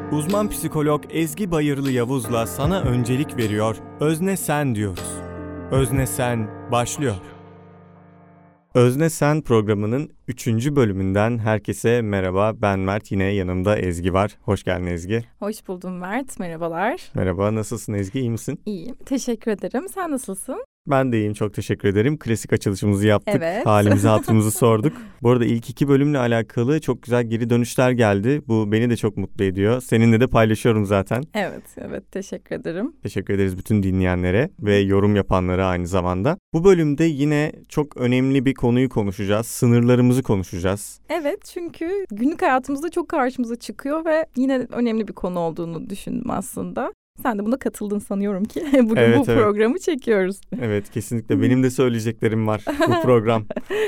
Uzman psikolog Ezgi Bayırlı Yavuz'la sana öncelik veriyor, Özne Sen diyoruz. Özne Sen başlıyor. Özne Sen programının 3. bölümünden herkese merhaba. Ben Mert, yine yanımda Ezgi var. Hoş geldin Ezgi. Hoş buldum Mert, merhabalar. Merhaba, nasılsın Ezgi, iyi misin? İyiyim, teşekkür ederim. Sen nasılsın? Ben de iyiyim, çok teşekkür ederim. Klasik açılışımızı yaptık, evet. Halimizi hatırımızı sorduk. Bu arada ilk 2 bölümle alakalı çok güzel geri dönüşler geldi. Bu beni de çok mutlu ediyor. Seninle de paylaşıyorum zaten. Evet teşekkür ederim. Teşekkür ederiz bütün dinleyenlere ve yorum yapanlara aynı zamanda. Bu bölümde yine çok önemli bir konuyu konuşacağız. Sınırlarımızı konuşacağız. Evet, çünkü günlük hayatımızda çok karşımıza çıkıyor ve yine önemli bir konu olduğunu düşündüm aslında. Sen de buna katıldın sanıyorum ki bugün bu programı çekiyoruz. Evet, kesinlikle benim de söyleyeceklerim var bu program.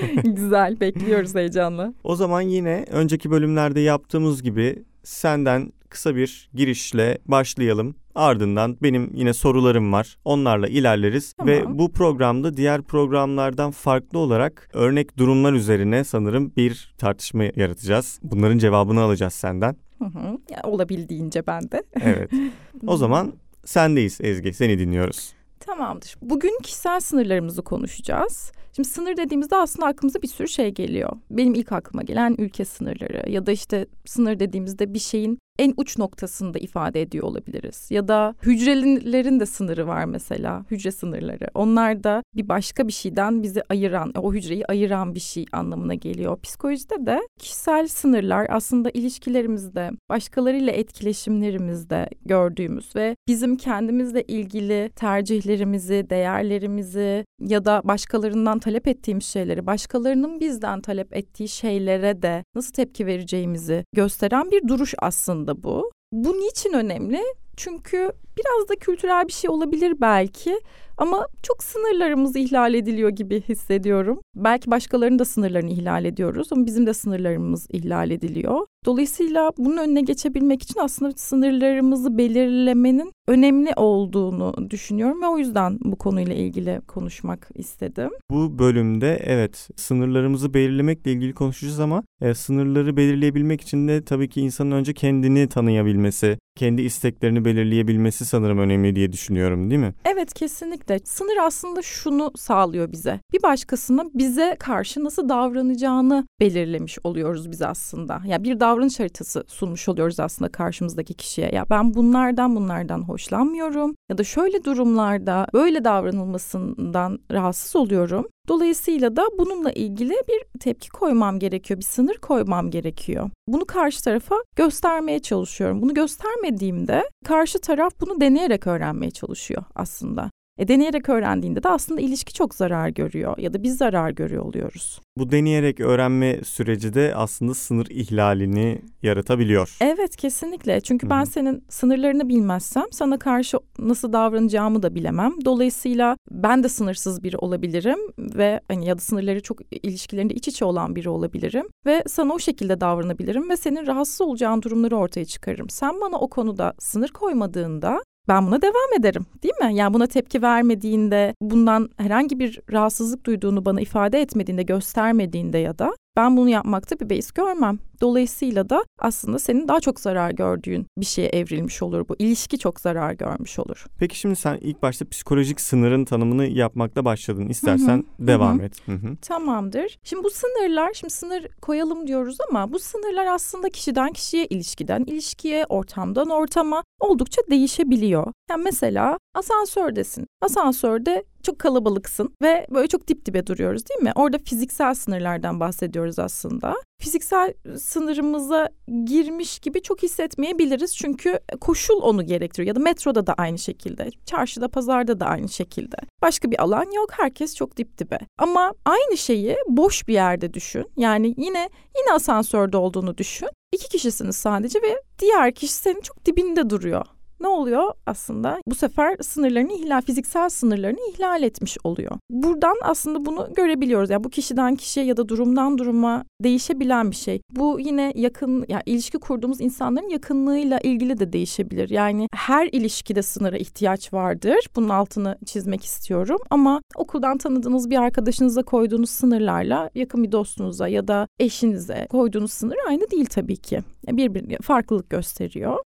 Güzel, bekliyoruz heyecanla. O zaman yine önceki bölümlerde yaptığımız gibi senden kısa bir girişle başlayalım. Ardından benim yine sorularım var. Onlarla ilerleriz. Tamam. Ve bu programda diğer programlardan farklı olarak örnek durumlar üzerine sanırım bir tartışma yaratacağız. Bunların cevabını alacağız senden. Ya, olabildiğince ben de. Evet. O zaman sendeyiz Ezgi. Seni dinliyoruz. Tamamdır. Bugün kişisel sınırlarımızı konuşacağız. Şimdi sınır dediğimizde aslında aklımıza bir sürü şey geliyor. Benim ilk aklıma gelen ülke sınırları ya da işte sınır dediğimizde bir şeyin en uç noktasını da ifade ediyor olabiliriz. Ya da hücrelerin de sınırı var mesela, hücre sınırları. Onlar da bir başka bir şeyden bizi ayıran, o hücreyi ayıran bir şey anlamına geliyor. Psikolojide de kişisel sınırlar aslında ilişkilerimizde, başkalarıyla etkileşimlerimizde gördüğümüz ve bizim kendimizle ilgili tercihlerimizi, değerlerimizi ya da başkalarından talep ettiğimiz şeyleri, başkalarının bizden talep ettiği şeylere de nasıl tepki vereceğimizi gösteren bir duruş aslında bu. Bu niçin önemli? Çünkü biraz da kültürel bir şey olabilir belki ama çok sınırlarımız ihlal ediliyor gibi hissediyorum. Belki başkalarının da sınırlarını ihlal ediyoruz ama bizim de sınırlarımız ihlal ediliyor. Dolayısıyla bunun önüne geçebilmek için aslında sınırlarımızı belirlemenin önemli olduğunu düşünüyorum ve o yüzden bu konuyla ilgili konuşmak istedim. Bu bölümde evet, sınırlarımızı belirlemekle ilgili konuşacağız ama sınırları belirleyebilmek için de tabii ki insanın önce kendini tanıyabilmesi, kendi isteklerini belirleyebilmesi sanırım önemli diye düşünüyorum, değil mi? Evet, kesinlikle. Sınır aslında şunu sağlıyor bize. Bir başkasına bize karşı nasıl davranacağını belirlemiş oluyoruz biz aslında. Ya bir davranış haritası sunmuş oluyoruz aslında karşımızdaki kişiye. Ya ben bunlardan hoşlanmıyorum ya da şöyle durumlarda böyle davranılmasından rahatsız oluyorum. Dolayısıyla da bununla ilgili bir tepki koymam gerekiyor, bir sınır koymam gerekiyor. Bunu karşı tarafa göstermeye çalışıyorum. Bunu göstermediğimde karşı taraf bunu deneyerek öğrenmeye çalışıyor aslında. Deneyerek öğrendiğinde de aslında ilişki çok zarar görüyor ya da biz zarar görüyor oluyoruz. Bu deneyerek öğrenme süreci de aslında sınır ihlalini yaratabiliyor. Evet, kesinlikle. Çünkü ben senin sınırlarını bilmezsem sana karşı nasıl davranacağımı da bilemem. Dolayısıyla ben de sınırsız biri olabilirim ve ya da sınırları çok ilişkilerinde iç içe olan biri olabilirim ve sana o şekilde davranabilirim ve senin rahatsız olacağın durumları ortaya çıkarırım. Sen bana o konuda sınır koymadığında ben buna devam ederim, değil mi? Yani buna tepki vermediğinde, bundan herhangi bir rahatsızlık duyduğunu bana ifade etmediğinde, göstermediğinde ya da ben bunu yapmakta bir beis görmem. Dolayısıyla da aslında senin daha çok zarar gördüğün bir şeye evrilmiş olur bu. İlişki çok zarar görmüş olur. Peki şimdi sen ilk başta psikolojik sınırın tanımını yapmakla başladın. İstersen devam et. Tamamdır. Şimdi bu sınırlar, sınır koyalım diyoruz ama bu sınırlar aslında kişiden kişiye, ilişkiden ilişkiye, ortamdan ortama oldukça değişebiliyor. Yani mesela asansördesin. Asansörde çok kalabalıksın ve böyle çok dip dibe duruyoruz, değil mi? Orada fiziksel sınırlardan bahsediyoruz aslında. Fiziksel sınırımıza girmiş gibi çok hissetmeyebiliriz çünkü koşul onu gerektiriyor. Ya da metroda da aynı şekilde, çarşıda, pazarda da aynı şekilde. Başka bir alan yok, herkes çok dip dibe. Ama aynı şeyi boş bir yerde düşün. Yani yine asansörde olduğunu düşün. 2 kişisiniz sadece ve diğer kişi senin çok dibinde duruyor. Ne oluyor aslında? Bu sefer fiziksel sınırlarını ihlal etmiş oluyor. Buradan aslında bunu görebiliyoruz. Yani bu kişiden kişiye ya da durumdan duruma değişebilen bir şey. Bu yine ilişki kurduğumuz insanların yakınlığıyla ilgili de değişebilir. Yani her ilişkide sınıra ihtiyaç vardır. Bunun altını çizmek istiyorum. Ama okuldan tanıdığınız bir arkadaşınıza koyduğunuz sınırlarla yakın bir dostunuza ya da eşinize koyduğunuz sınır aynı değil tabii ki. Birbirine farklılık gösteriyor.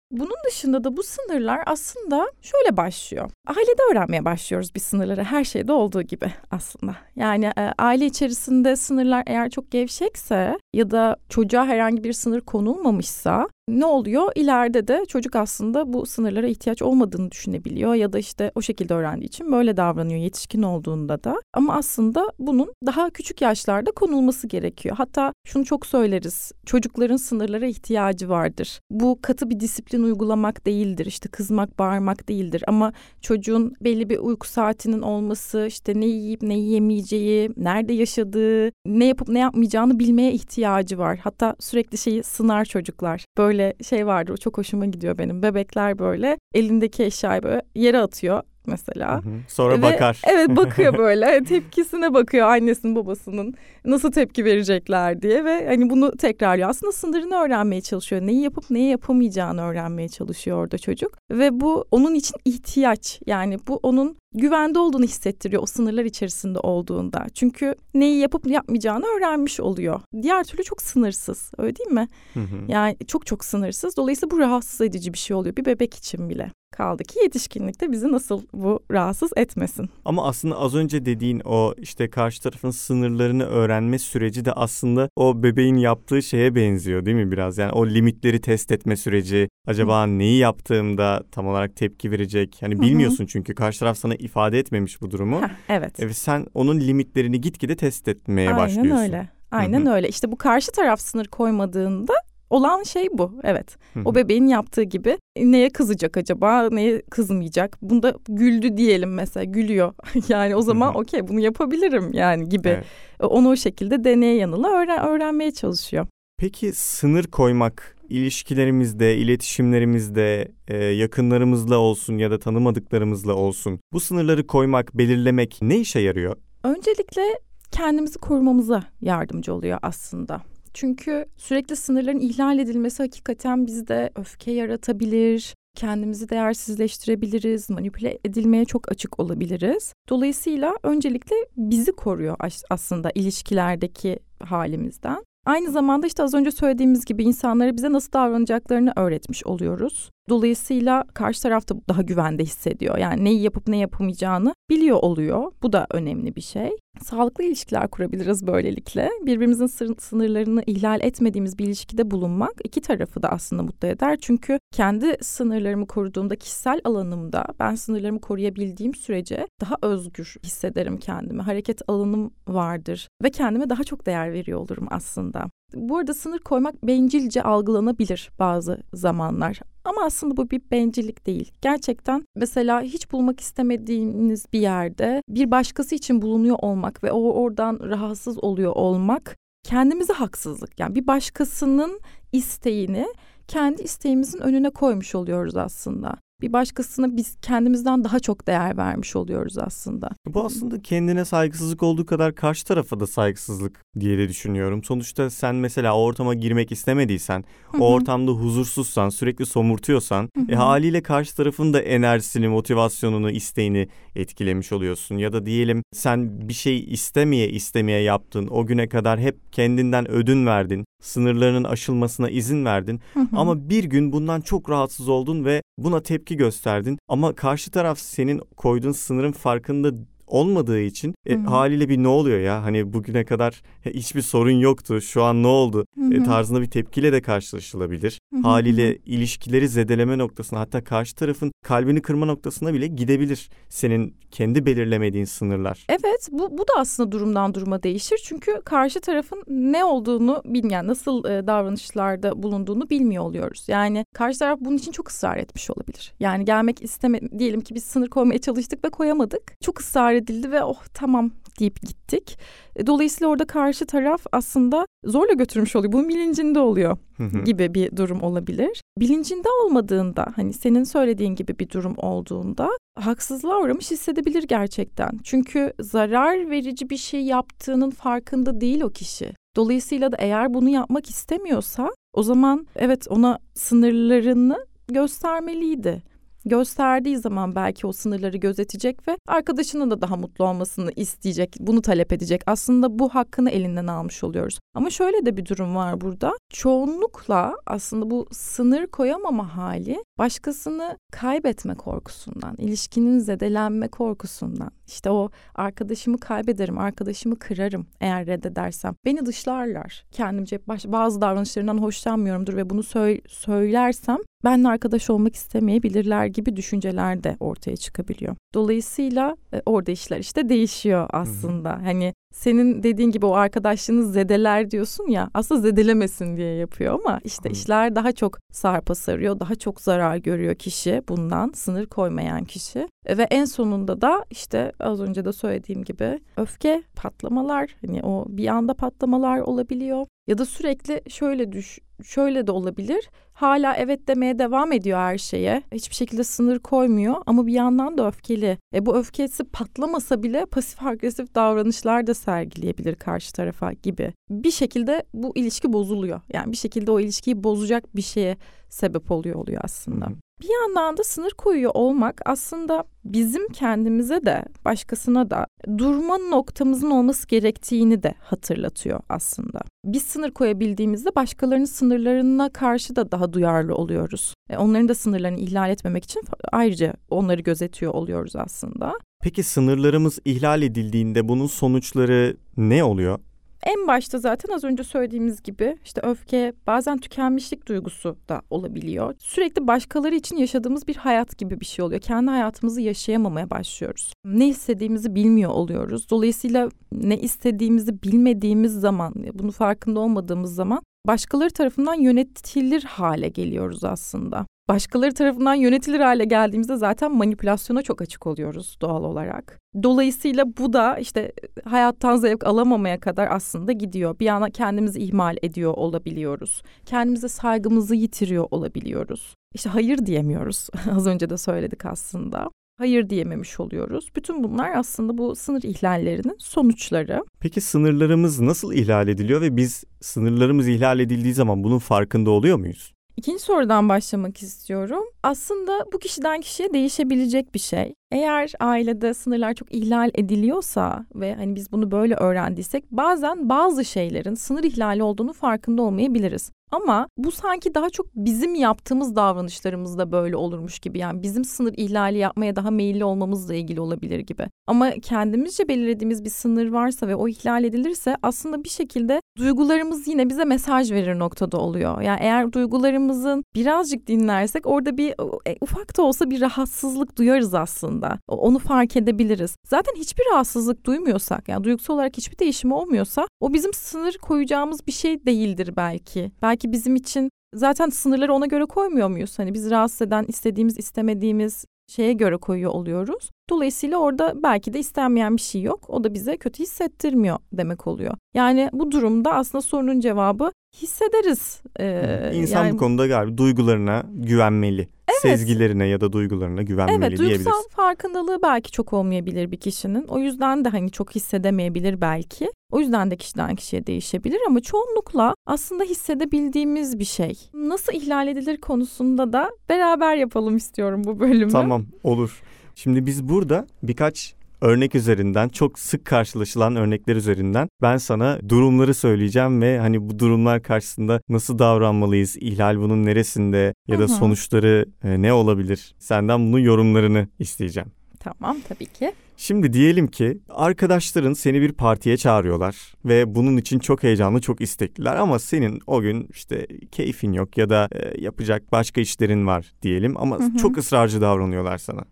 Bunun dışında da bu sınırlar aslında şöyle başlıyor. Ailede öğrenmeye başlıyoruz bir sınırları, her şeyde olduğu gibi aslında. Yani aile içerisinde sınırlar eğer çok gevşekse ya da çocuğa herhangi bir sınır konulmamışsa ne oluyor? İleride de çocuk aslında bu sınırlara ihtiyaç olmadığını düşünebiliyor ya da işte o şekilde öğrendiği için böyle davranıyor yetişkin olduğunda da. Ama aslında bunun daha küçük yaşlarda konulması gerekiyor. Hatta şunu çok söyleriz, çocukların sınırlara ihtiyacı vardır. Bu katı bir disiplin uygulamak değildir, işte kızmak, bağırmak değildir ama çocuğun belli bir uyku saatinin olması, işte ne yiyip ne yiyemeyeceği, nerede yaşadığı, ne yapıp ne yapmayacağını bilmeye ihtiyacı var. Hatta sürekli şeyi sınar çocuklar. Böyle şey vardır, o çok hoşuma gidiyor benim. Bebekler böyle elindeki eşyayı böyle yere atıyor mesela. Sonra bakar. Evet, bakıyor böyle. Tepkisine bakıyor, annesinin babasının nasıl tepki verecekler diye ve hani bunu tekrarlıyor. Aslında sınırını öğrenmeye çalışıyor. Neyi yapıp neyi yapamayacağını öğrenmeye çalışıyor orada çocuk. Ve bu onun için ihtiyaç. Yani bu onun güvende olduğunu hissettiriyor o sınırlar içerisinde olduğunda. Çünkü neyi yapıp yapmayacağını öğrenmiş oluyor. Diğer türlü çok sınırsız, öyle değil mi? Yani çok sınırsız. Dolayısıyla bu rahatsız edici bir şey oluyor bir bebek için bile. Kaldı ki yetişkinlikte bizi nasıl bu rahatsız etmesin. Ama aslında az önce dediğin o işte karşı tarafın sınırlarını öğrenme süreci de aslında o bebeğin yaptığı şeye benziyor değil mi biraz? Yani o limitleri test etme süreci. Acaba neyi yaptığımda tam olarak tepki verecek? Hani bilmiyorsun çünkü karşı taraf sana ifade etmemiş bu durumu. Evet. Sen onun limitlerini gitgide test etmeye başlıyorsun. Aynen öyle. Aynen öyle. İşte bu karşı taraf sınır koymadığında olan şey bu. Evet. O bebeğin yaptığı gibi neye kızacak acaba, neye kızmayacak? Bunda güldü diyelim mesela, gülüyor. Yani o zaman okey, bunu yapabilirim yani gibi. Evet. Onu o şekilde deneye yanıla öğrenmeye çalışıyor. Peki sınır koymak ilişkilerimizde, iletişimlerimizde, yakınlarımızla olsun ya da tanımadıklarımızla olsun, bu sınırları koymak, belirlemek ne işe yarıyor? Öncelikle kendimizi korumamıza yardımcı oluyor aslında. Çünkü sürekli sınırların ihlal edilmesi hakikaten bizde öfke yaratabilir, kendimizi değersizleştirebiliriz, manipüle edilmeye çok açık olabiliriz. Dolayısıyla öncelikle bizi koruyor aslında ilişkilerdeki halimizden. Aynı zamanda işte az önce söylediğimiz gibi insanlara bize nasıl davranacaklarını öğretmiş oluyoruz. Dolayısıyla karşı taraf da daha güvende hissediyor. Yani neyi yapıp ne yapamayacağını biliyor oluyor. Bu da önemli bir şey. Sağlıklı ilişkiler kurabiliriz böylelikle. Birbirimizin sınırlarını ihlal etmediğimiz bir ilişkide bulunmak iki tarafı da aslında mutlu eder. Çünkü kendi sınırlarımı koruduğumda, kişisel alanımda ben sınırlarımı koruyabildiğim sürece daha özgür hissederim kendimi. Hareket alanım vardır ve kendime daha çok değer veriyor olurum aslında. Bu arada sınır koymak bencilce algılanabilir bazı zamanlar. Ama aslında bu bir bencillik değil. Gerçekten mesela hiç bulmak istemediğiniz bir yerde bir başkası için bulunuyor olmak ve oradan rahatsız oluyor olmak kendimize haksızlık. Yani bir başkasının isteğini kendi isteğimizin önüne koymuş oluyoruz aslında. Bir başkasına biz kendimizden daha çok değer vermiş oluyoruz aslında. Bu aslında kendine saygısızlık olduğu kadar karşı tarafa da saygısızlık diye de düşünüyorum. Sonuçta sen mesela o ortama girmek istemediysen, o ortamda huzursuzsan, sürekli somurtuyorsan haliyle karşı tarafın da enerjisini, motivasyonunu, isteğini etkilemiş oluyorsun. Ya da diyelim sen bir şey istemeye yaptın. O güne kadar hep kendinden ödün verdin. Sınırlarının aşılmasına izin verdin. Ama bir gün bundan çok rahatsız oldun ve buna tepki gösterdin. Ama karşı taraf senin koyduğun sınırın farkında olmadığı için haliyle bir ne oluyor ya? Hani bugüne kadar hiçbir sorun yoktu. Şu an ne oldu? Tarzında bir tepkiyle de karşılaşılabilir. Haliyle ilişkileri zedeleme noktasına, hatta karşı tarafın kalbini kırma noktasına bile gidebilir. Senin kendi belirlemediğin sınırlar. Evet, bu da aslında durumdan duruma değişir. Çünkü karşı tarafın ne olduğunu bilmeyen, nasıl davranışlarda bulunduğunu bilmiyor oluyoruz. Yani karşı taraf bunun için çok ısrar etmiş olabilir. Yani gelmek diyelim ki biz sınır koymaya çalıştık ve koyamadık. Çok ısrar edildi ve tamam deyip gittik. Dolayısıyla orada karşı taraf aslında zorla götürmüş oluyor. Bunun bilincinde oluyor gibi bir durum olabilir. Bilincinde olmadığında, hani senin söylediğin gibi bir durum olduğunda haksızlığa uğramış hissedebilir gerçekten. Çünkü zarar verici bir şey yaptığının farkında değil o kişi. Dolayısıyla da eğer bunu yapmak istemiyorsa o zaman evet, ona sınırlarını göstermeliydi. gösterdiği zaman belki o sınırları gözetecek ve arkadaşının da daha mutlu olmasını isteyecek, bunu talep edecek. Aslında bu hakkını elinden almış oluyoruz. Ama şöyle de bir durum var burada. Çoğunlukla aslında bu sınır koyamama hali başkasını kaybetme korkusundan, ilişkinin zedelenme korkusundan. İşte o arkadaşımı kaybederim, arkadaşımı kırarım eğer reddedersem. Beni dışlarlar. Kendimce bazı davranışlarından hoşlanmıyorumdur ve bunu söylersem benimle arkadaş olmak istemeyebilirler gibi düşünceler de ortaya çıkabiliyor. Dolayısıyla orada işler işte değişiyor aslında. Hani senin dediğin gibi o arkadaşlığını zedeler diyorsun ya, aslında zedelemesin diye yapıyor ama işte işler daha çok sarpa sarıyor, daha çok zarar görüyor kişi bundan, sınır koymayan kişi. Ve en sonunda da işte az önce de söylediğim gibi öfke, patlamalar, hani o bir anda patlamalar olabiliyor. Ya da sürekli şöyle de olabilir. Hala evet demeye devam ediyor her şeye. Hiçbir şekilde sınır koymuyor ama bir yandan da öfkeli. Bu öfkesi patlamasa bile pasif agresif davranışlar da sergileyebilir karşı tarafa gibi. Bir şekilde bu ilişki bozuluyor. Yani bir şekilde o ilişkiyi bozacak bir şeye sebep oluyor aslında. Bir yandan da sınır koyuyor olmak aslında bizim kendimize de başkasına da durma noktamızın olması gerektiğini de hatırlatıyor aslında. Biz sınır koyabildiğimizde başkalarının sınırlarına karşı da daha duyarlı oluyoruz. Onların da sınırlarını ihlal etmemek için ayrıca onları gözetiyor oluyoruz aslında. Peki sınırlarımız ihlal edildiğinde bunun sonuçları ne oluyor? En başta zaten az önce söylediğimiz gibi işte öfke, bazen tükenmişlik duygusu da olabiliyor. Sürekli başkaları için yaşadığımız bir hayat gibi bir şey oluyor. Kendi hayatımızı yaşayamamaya başlıyoruz. Ne istediğimizi bilmiyor oluyoruz. Dolayısıyla ne istediğimizi bilmediğimiz zaman, bunu farkında olmadığımız zaman başkaları tarafından yönetilir hale geliyoruz aslında. Başkaları tarafından yönetilir hale geldiğimizde zaten manipülasyona çok açık oluyoruz doğal olarak. Dolayısıyla bu da işte hayattan zevk alamamaya kadar aslında gidiyor. Bir yana kendimizi ihmal ediyor olabiliyoruz. Kendimize saygımızı yitiriyor olabiliyoruz. İşte hayır diyemiyoruz. Az önce de söyledik aslında. Hayır diyememiş oluyoruz. Bütün bunlar aslında bu sınır ihlallerinin sonuçları. Peki sınırlarımız nasıl ihlal ediliyor ve biz sınırlarımız ihlal edildiği zaman bunun farkında oluyor muyuz? İkinci sorudan başlamak istiyorum. Aslında bu kişiden kişiye değişebilecek bir şey. Eğer ailede sınırlar çok ihlal ediliyorsa ve hani biz bunu böyle öğrendiysek bazen bazı şeylerin sınır ihlali olduğunu farkında olmayabiliriz. Ama bu sanki daha çok bizim yaptığımız davranışlarımızda böyle olurmuş gibi. Yani bizim sınır ihlali yapmaya daha meyilli olmamızla ilgili olabilir gibi. Ama kendimizce belirlediğimiz bir sınır varsa ve o ihlal edilirse aslında bir şekilde duygularımız yine bize mesaj verir noktada oluyor. Yani eğer duygularımızın birazcık dinlersek orada bir ufak da olsa bir rahatsızlık duyarız aslında. Onu fark edebiliriz. Zaten hiçbir rahatsızlık duymuyorsak, yani duygusal olarak hiçbir değişim olmuyorsa o bizim sınır koyacağımız bir şey değildir belki. Belki bizim için zaten sınırları ona göre koymuyor muyuz? Hani bizi rahatsız eden, istediğimiz, istemediğimiz şeye göre koyuyor oluyoruz. Dolayısıyla orada belki de istenmeyen bir şey yok. O da bize kötü hissettirmiyor demek oluyor. Yani bu durumda aslında sorunun cevabı hissederiz. İnsan yani, bu konuda galiba duygularına güvenmeli. Evet. Sezgilerine ya da duygularına güvenmeli diyebiliriz. Evet, duygusal farkındalığı belki çok olmayabilir bir kişinin. O yüzden de hani çok hissedemeyebilir belki. O yüzden de kişiden kişiye değişebilir ama çoğunlukla aslında hissedebildiğimiz bir şey. Nasıl ihlal edilir konusunda da beraber yapalım istiyorum bu bölümü. Tamam, olur. Şimdi biz burada birkaç örnek üzerinden, çok sık karşılaşılan örnekler üzerinden ben sana durumları söyleyeceğim ve hani bu durumlar karşısında nasıl davranmalıyız, ihlal bunun neresinde ya da sonuçları ne olabilir? Senden bunun yorumlarını isteyeceğim. Tamam, tabii ki. Şimdi diyelim ki arkadaşların seni bir partiye çağırıyorlar ve bunun için çok heyecanlı, çok istekliler ama senin o gün işte keyfin yok ya da yapacak başka işlerin var diyelim ama çok ısrarcı davranıyorlar sana.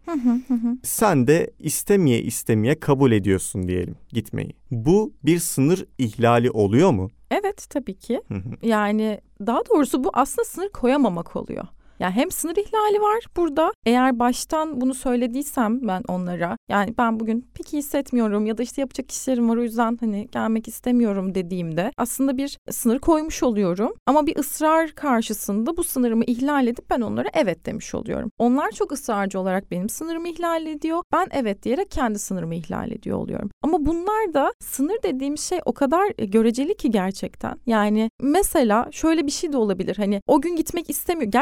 Sen de istemeye kabul ediyorsun diyelim gitmeyi. Bu bir sınır ihlali oluyor mu? Evet, tabii ki. Yani daha doğrusu bu aslında sınır koyamamak oluyor. Yani hem sınır ihlali var burada. Eğer baştan bunu söylediysem ben onlara, yani ben bugün pek iyi hissetmiyorum ya da işte yapacak işlerim var o yüzden hani gelmek istemiyorum dediğimde aslında bir sınır koymuş oluyorum. Ama bir ısrar karşısında bu sınırımı ihlal edip ben onlara evet demiş oluyorum. Onlar çok ısrarcı olarak benim sınırımı ihlal ediyor. Ben evet diyerek kendi sınırımı ihlal ediyor oluyorum. Ama bunlar da sınır dediğim şey o kadar göreceli ki gerçekten. Yani mesela şöyle bir şey de olabilir. Hani o gün gitmek istemiyor. Gerçekten hiç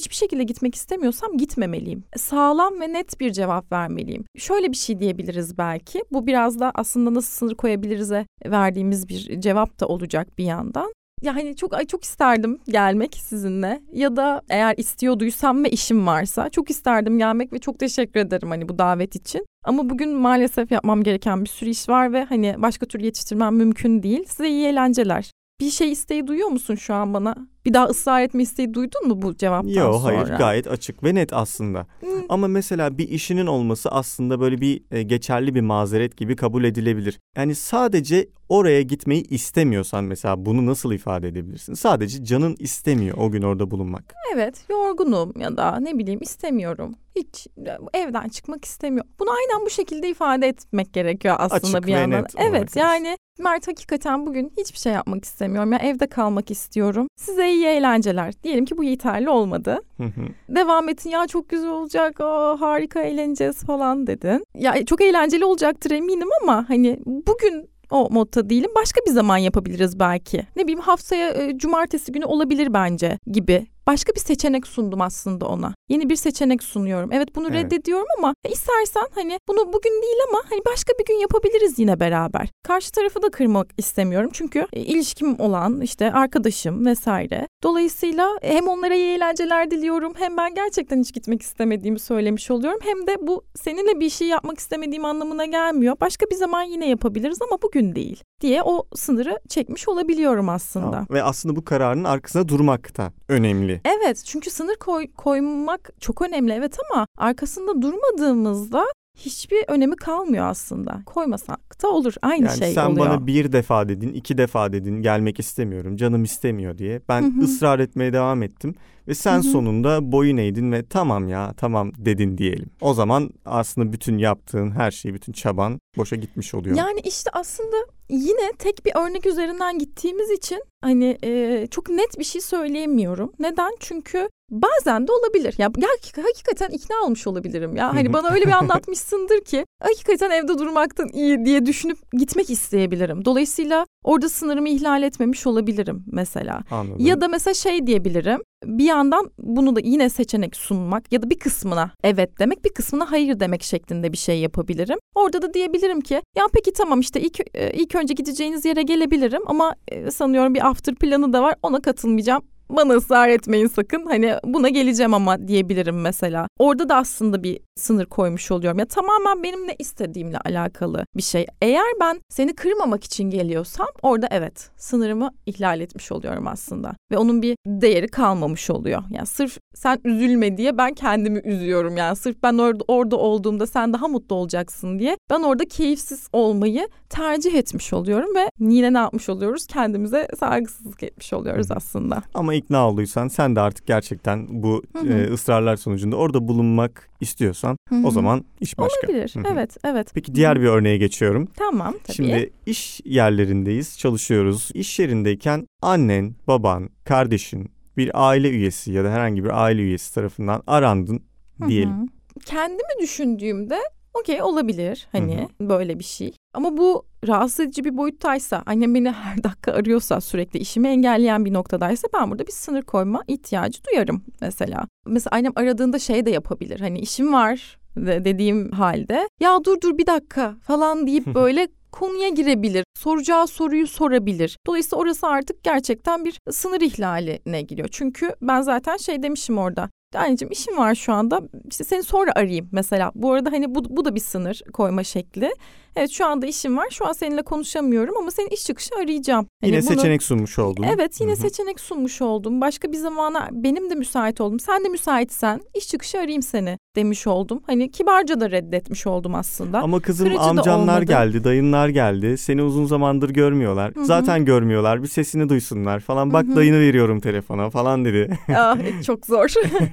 hiçbir şekilde gitmek istemiyorsam gitmemeliyim. Sağlam ve net bir cevap vermeliyim. Şöyle bir şey diyebiliriz belki. Bu biraz da aslında nasıl sınır koyabiliriz'e verdiğimiz bir cevap da olacak bir yandan. Ya hani çok isterdim gelmek sizinle, ya da eğer istiyorduysam ve işim varsa çok isterdim gelmek ve çok teşekkür ederim hani bu davet için. Ama bugün maalesef yapmam gereken bir sürü iş var ve hani başka türlü yetiştirmem mümkün değil. Size iyi eğlenceler. Bir şey isteği duyuyor musun şu an bana? Bir daha ısrar etme isteği duydun mu bu cevaptan sonra? Yok, hayır, gayet açık ve net aslında. Ama mesela bir işinin olması aslında böyle bir geçerli bir mazeret gibi kabul edilebilir. Yani sadece oraya gitmeyi istemiyorsan mesela bunu nasıl ifade edebilirsin? Sadece canın istemiyor o gün orada bulunmak. Evet, yorgunum ya da ne bileyim istemiyorum. Hiç evden çıkmak istemiyorum. Bunu aynen bu şekilde ifade etmek gerekiyor aslında açık bir yandan. Net evet yani Mert hakikaten bugün hiçbir şey yapmak istemiyorum. Ya evde kalmak istiyorum. Size iyi eğlenceler. Diyelim ki bu yeterli olmadı. Devam etin, ya çok güzel olacak, harika eğleneceğiz falan dedin. Ya çok eğlenceli olacaktır eminim ama hani bugün o modda değilim. Başka bir zaman yapabiliriz belki. Ne bileyim haftaya cumartesi günü olabilir bence gibi. Başka bir seçenek sundum aslında ona. Yeni bir seçenek sunuyorum. Evet bunu reddediyorum ama istersen hani bunu bugün değil ama hani başka bir gün yapabiliriz yine beraber. Karşı tarafı da kırmak istemiyorum. Çünkü ilişkim olan işte arkadaşım vesaire. Dolayısıyla hem onlara iyi eğlenceler diliyorum, hem ben gerçekten hiç gitmek istemediğimi söylemiş oluyorum. Hem de bu seninle bir şey yapmak istemediğim anlamına gelmiyor. Başka bir zaman yine yapabiliriz ama bugün değil diye o sınırı çekmiş olabiliyorum aslında. Tamam. Ve aslında bu kararın arkasında durmak da önemli. Evet, çünkü sınır koymak çok önemli evet, ama arkasında durmadığımızda hiçbir önemi kalmıyor aslında. Koymasak da olur, aynı yani şey sen oluyor. Bana 1 defa dedin, 2 defa dedin gelmek istemiyorum, canım istemiyor diye. Ben ısrar etmeye devam ettim ve sen sonunda boyun eğdin ve tamam ya tamam dedin diyelim. O zaman aslında bütün yaptığın her şey, bütün çaban boşa gitmiş oluyor. Yani işte aslında yine tek bir örnek üzerinden gittiğimiz için hani çok net bir şey söyleyemiyorum. Neden? Çünkü bazen de olabilir. Ya hakikaten ikna olmuş olabilirim ya. Hani bana öyle bir anlatmışsındır ki hakikaten evde durmaktan iyi diye düşünüp gitmek isteyebilirim. Dolayısıyla orada sınırımı ihlal etmemiş olabilirim mesela. Anladım. Ya da mesela şey diyebilirim. Bir yandan bunu da yine seçenek sunmak ya da bir kısmına evet demek, bir kısmına hayır demek şeklinde bir şey yapabilirim. Orada da diyebilirim ki ya peki tamam işte ilk önce gideceğiniz yere gelebilirim ama sanıyorum bir after planı da var, ona katılmayacağım. Bana ısrar etmeyin sakın, hani buna geleceğim ama diyebilirim mesela. Orada da aslında bir sınır koymuş oluyorum. Ya tamamen benim ne istediğimle alakalı bir şey. Eğer ben seni kırmamak için geliyorsam orada evet sınırımı ihlal etmiş oluyorum aslında. Ve onun bir değeri kalmamış oluyor. Yani sırf sen üzülme diye ben kendimi üzüyorum. Yani sırf ben orada olduğumda sen daha mutlu olacaksın diye ben orada keyifsiz olmayı tercih etmiş oluyorum ve yine ne yapmış oluyoruz? Kendimize saygısızlık etmiş oluyoruz aslında. Ama ikna olduysan sen de artık gerçekten bu ısrarlar sonucunda orada bulunmak istiyorsan o zaman iş başka. Olabilir. Evet. Peki diğer bir örneğe geçiyorum. Tamam tabii. Şimdi iş yerlerindeyiz, çalışıyoruz. İş yerindeyken annen, baban, kardeşin, bir aile üyesi ya da herhangi bir aile üyesi tarafından arandın diyelim. Kendimi düşündüğümde okey olabilir hani böyle bir şey. Ama bu rahatsız edici bir boyuttaysa, annem beni her dakika arıyorsa, sürekli işimi engelleyen bir noktadaysa ben burada bir sınır koyma ihtiyacı duyarım mesela. Mesela annem aradığında şey de yapabilir. Hani işim var dediğim halde ya dur bir dakika falan deyip böyle konuya girebilir. Soracağı soruyu sorabilir. Dolayısıyla orası artık gerçekten bir sınır ihlaline giriyor. Çünkü ben zaten şey demişim orada. Anneciğim işim var şu anda, işte seni sonra arayayım mesela. Bu arada hani bu da bir sınır koyma şekli. Evet şu anda işim var, şu an seninle konuşamıyorum ama senin iş çıkışı arayacağım. Hani yine seçenek sunmuş oldum. Evet yine seçenek sunmuş oldum. Başka bir zamana benim de müsait oldum. Sen de müsaitsen iş çıkışı arayayım seni demiş oldum. Hani kibarca da reddetmiş oldum aslında. Ama kızım amcanlar geldi, dayınlar geldi. Seni uzun zamandır görmüyorlar. Zaten görmüyorlar, bir sesini duysunlar falan. Bak dayını veriyorum telefona falan dedi. Çok zor.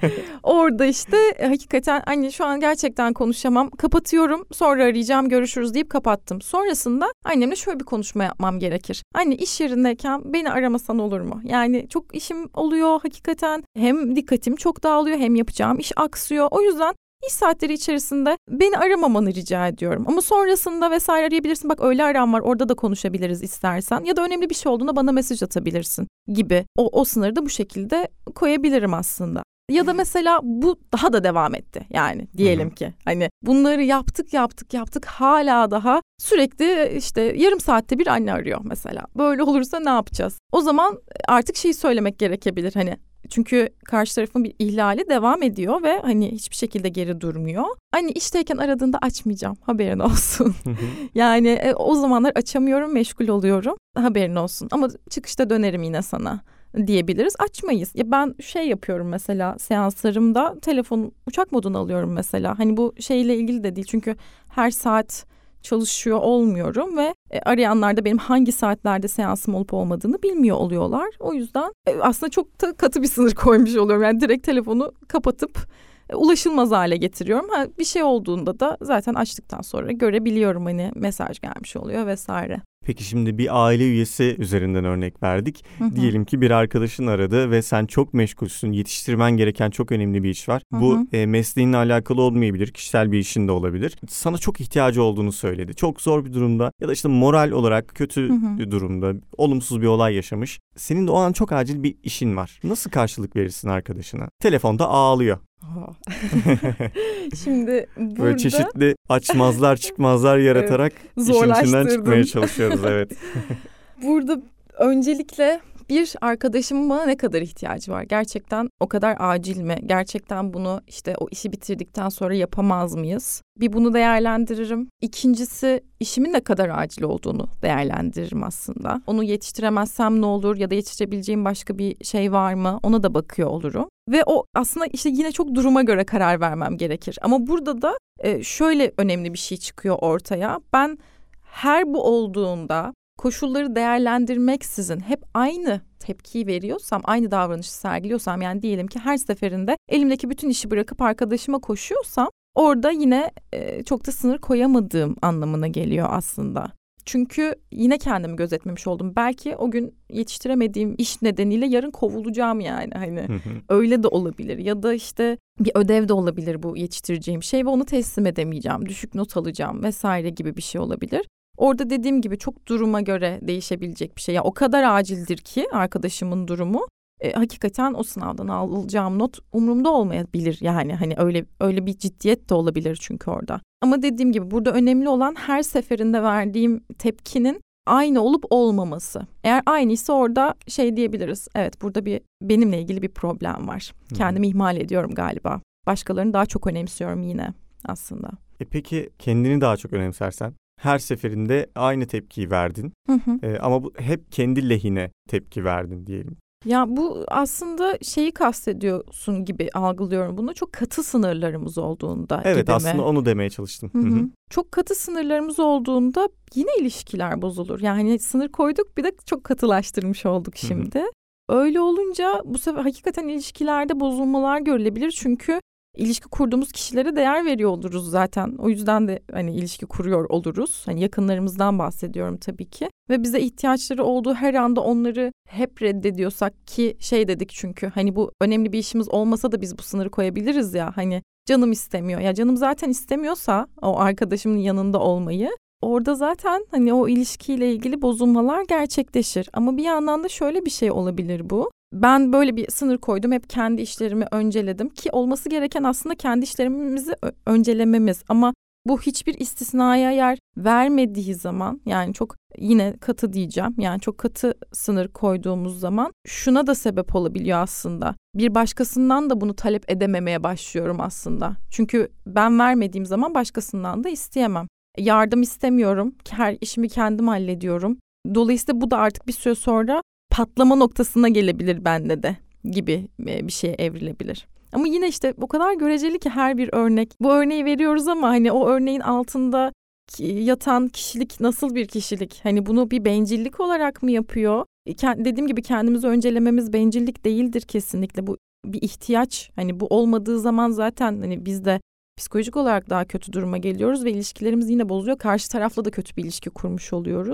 Orada işte hakikaten anne şu an gerçekten konuşamam, kapatıyorum, sonra arayacağım, görüşürüz deyip kapattım. Sonrasında annemle şöyle bir konuşma yapmam gerekir. Anne iş yerindeyken beni aramasan olur mu? Yani çok işim oluyor hakikaten. Hem dikkatim çok dağılıyor hem yapacağım iş aksıyor. O yüzden İş saatleri içerisinde beni aramamanı rica ediyorum. Ama sonrasında vesaire arayabilirsin. Bak öğle aram var, orada da konuşabiliriz istersen. Ya da önemli bir şey olduğunda bana mesaj atabilirsin gibi. O sınırı da bu şekilde koyabilirim aslında. Ya da mesela bu daha da devam etti yani diyelim ki. Hani bunları yaptık hala daha sürekli işte yarım saatte bir anne arıyor mesela. Böyle olursa ne yapacağız? O zaman artık şeyi söylemek gerekebilir hani. Çünkü karşı tarafın bir ihlali devam ediyor ve hani hiçbir şekilde geri durmuyor. Hani işteyken aradığında açmayacağım, haberin olsun. Yani o zamanlar açamıyorum, meşgul oluyorum, haberin olsun. Ama çıkışta dönerim yine sana diyebiliriz. Açmayız. Ya ben şey yapıyorum mesela seanslarımda, telefonu uçak moduna alıyorum mesela. Hani bu şeyle ilgili de değil çünkü her saat çalışıyor olmuyorum ve arayanlar da benim hangi saatlerde seansım olup olmadığını bilmiyor oluyorlar. O yüzden aslında çok da katı bir sınır koymuş oluyorum. Yani direkt telefonu kapatıp ulaşılmaz hale getiriyorum. Bir şey olduğunda da zaten açtıktan sonra görebiliyorum, hani mesaj gelmiş oluyor vesaire. Peki şimdi bir aile üyesi üzerinden örnek verdik. Diyelim ki bir arkadaşın aradı ve sen çok meşgulsün. Yetiştirmen gereken çok önemli bir iş var. Bu mesleğinle alakalı olmayabilir, kişisel bir işin de olabilir. Sana çok ihtiyacı olduğunu söyledi. Çok zor bir durumda ya da işte moral olarak kötü bir durumda, olumsuz bir olay yaşamış. Senin de o an çok acil bir işin var. Nasıl karşılık verirsin arkadaşına? Telefonda ağlıyor. Şimdi burada böyle çeşitli açmazlar çıkmazlar yaratarak işin içinden çıkmaya çalışıyoruz, evet. Burada öncelikle bir arkadaşımın bana ne kadar ihtiyacı var? Gerçekten o kadar acil mi? Gerçekten bunu işte o işi bitirdikten sonra yapamaz mıyız? Bir bunu değerlendiririm. İkincisi işimin ne kadar acil olduğunu değerlendiririm aslında. Onu yetiştiremezsem ne olur ya da yetiştirebileceğim başka bir şey var mı? Ona da bakıyor olurum. Ve o aslında işte yine çok duruma göre karar vermem gerekir. Ama burada da şöyle önemli bir şey çıkıyor ortaya. Ben her bu olduğunda koşulları değerlendirmeksizin hep aynı tepkiyi veriyorsam, aynı davranışı sergiliyorsam, yani diyelim ki her seferinde elimdeki bütün işi bırakıp arkadaşıma koşuyorsam orada yine çok da sınır koyamadığım anlamına geliyor aslında. Çünkü yine kendimi gözetmemiş oldum. Belki o gün yetiştiremediğim iş nedeniyle yarın kovulacağım yani. Hani öyle de olabilir. Ya da işte bir ödev de olabilir bu yetiştireceğim şey ve onu teslim edemeyeceğim. Düşük not alacağım vesaire gibi bir şey olabilir. Orada dediğim gibi çok duruma göre değişebilecek bir şey. Yani o kadar acildir ki arkadaşımın durumu. Hakikaten o sınavdan alacağım not umurumda olmayabilir. Yani hani öyle bir ciddiyet de olabilir çünkü orada. Ama dediğim gibi burada önemli olan her seferinde verdiğim tepkinin aynı olup olmaması. Eğer aynıysa orada şey diyebiliriz. Evet, burada benimle ilgili bir problem var. Kendimi ihmal ediyorum galiba. Başkalarını daha çok önemsiyorum yine aslında. Peki kendini daha çok önemsersen? Her seferinde aynı tepkiyi verdin ama bu hep kendi lehine tepki verdin diyelim. Ya bu aslında şeyi kastediyorsun gibi algılıyorum bunu. Çok katı sınırlarımız olduğunda evet, gibi aslında onu demeye çalıştım. Çok katı sınırlarımız olduğunda yine ilişkiler bozulur. Yani sınır koyduk, bir de çok katılaştırmış olduk şimdi. Öyle olunca bu sefer hakikaten ilişkilerde bozulmalar görülebilir. Çünkü İlişki kurduğumuz kişilere değer veriyor oluruz zaten. O yüzden de hani ilişki kuruyor oluruz. Hani yakınlarımızdan bahsediyorum tabii ki. Ve bize ihtiyaçları olduğu her anda onları hep reddediyorsak, ki şey dedik çünkü hani bu önemli bir işimiz olmasa da biz bu sınırı koyabiliriz ya. Hani canım istemiyor. Ya canım zaten istemiyorsa o arkadaşımın yanında olmayı, orada zaten hani o ilişkiyle ilgili bozulmalar gerçekleşir. Ama bir yandan da şöyle bir şey olabilir bu. Ben böyle bir sınır koydum, hep kendi işlerimi önceledim ki olması gereken aslında kendi işlerimizi öncelememiz, ama bu hiçbir istisnaya yer vermediği zaman, yani çok yine katı diyeceğim, yani çok katı sınır koyduğumuz zaman şuna da sebep olabiliyor aslında. Bir başkasından da bunu talep edememeye başlıyorum aslında. Çünkü ben vermediğim zaman başkasından da isteyemem. Yardım istemiyorum, her işimi kendim hallediyorum. Dolayısıyla bu da artık bir süre sonra patlama noktasına gelebilir bende de gibi bir şeye evrilebilir. Ama yine işte o kadar göreceli ki her bir örnek. Bu örneği veriyoruz ama hani o örneğin altında yatan kişilik nasıl bir kişilik? Hani bunu bir bencillik olarak mı yapıyor? Dediğim gibi kendimizi öncelememiz bencillik değildir kesinlikle. Bu bir ihtiyaç. Hani bu olmadığı zaman zaten hani biz de psikolojik olarak daha kötü duruma geliyoruz ve ilişkilerimiz yine bozuluyor. Karşı tarafla da kötü bir ilişki kurmuş oluyoruz.